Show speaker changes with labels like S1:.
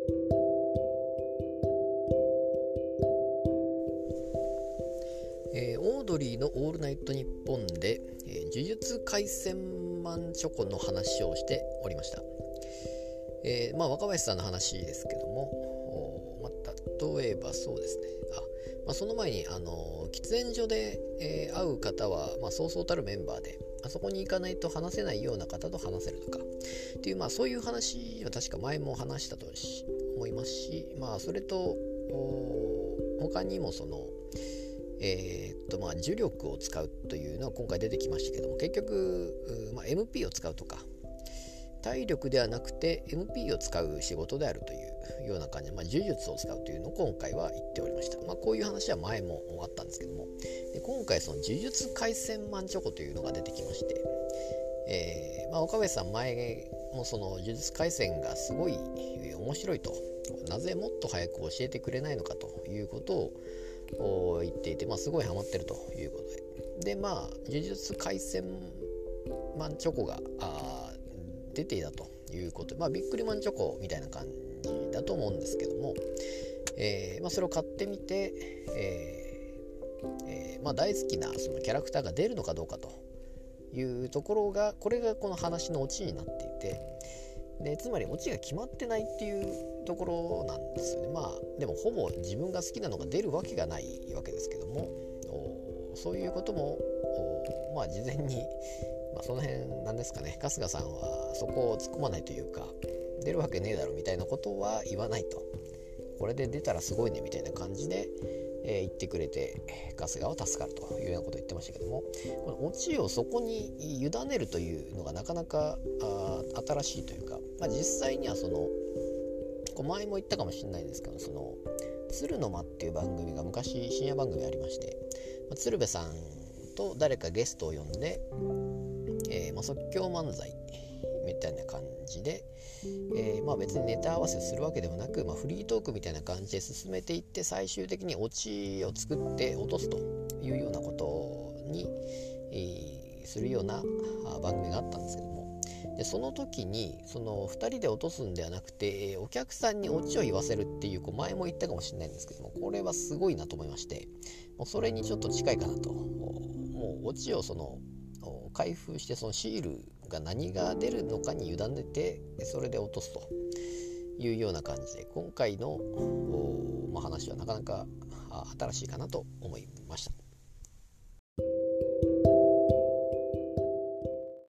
S1: オードリーのオールナイトニッポンで、呪術廻戦マンチョコの話をしておりました。若林さんの話ですけども、例えばそうですね、その前に喫煙所で、会う方は、そうそうたるメンバーで、あそこに行かないと話せないような方と話せるとかっていう、そういう話は確か前も話したと思いますし、それと他にもその呪力を使うというのは今回出てきましたけども、結局、MP を使うとか体力ではなくて MP を使う仕事であるというような感じで、呪術を使うというのを今回は言っておりました。こういう話は前もあったんですけども、で今回その呪術廻戦マンチョコというのが出てきまして、岡部さん前もその呪術廻戦がすごい面白いと、なぜもっと早く教えてくれないのかということを言っていて、すごいハマってるということで、呪術廻戦マンチョコが出ていたということで、びっくりマンチョコみたいな感じだと思うんですけども、それを買ってみて、大好きなそのキャラクターが出るのかどうかというところが、これがこの話のオチになっていて、でつまりオチが決まってないっていうところなんですよね。でもほぼ自分が好きなのが出るわけがないわけですけども、そういうことも事前に、その辺なんですかね、春日さんはそこを突っ込まないというか、出るわけねえだろみたいなことは言わないと、これで出たらすごいねみたいな感じで、言ってくれて春日は助かるというようなことを言ってましたけども、このオチをそこに委ねるというのがなかなか新しいというか、実際にはその前も言ったかもしれないんですけど、その鶴の間っていう番組が昔深夜番組ありまして、鶴瓶さんと誰かゲストを呼んで、即興漫才みたいな感じで、別にネタ合わせするわけでもなく、フリートークみたいな感じで進めていって、最終的にオチを作って落とすというようなことに、するような番組があったんですけども、でその時にその2人で落とすんではなくて、お客さんにオチを言わせるっていう、前も言ったかもしれないんですけども、これはすごいなと思いまして、もうそれにちょっと近いかなと。もうオチをその開封して、そのシールが何が出るのかに委ねて、それで落とすというような感じで、今回の話はなかなか新しいかなと思いました。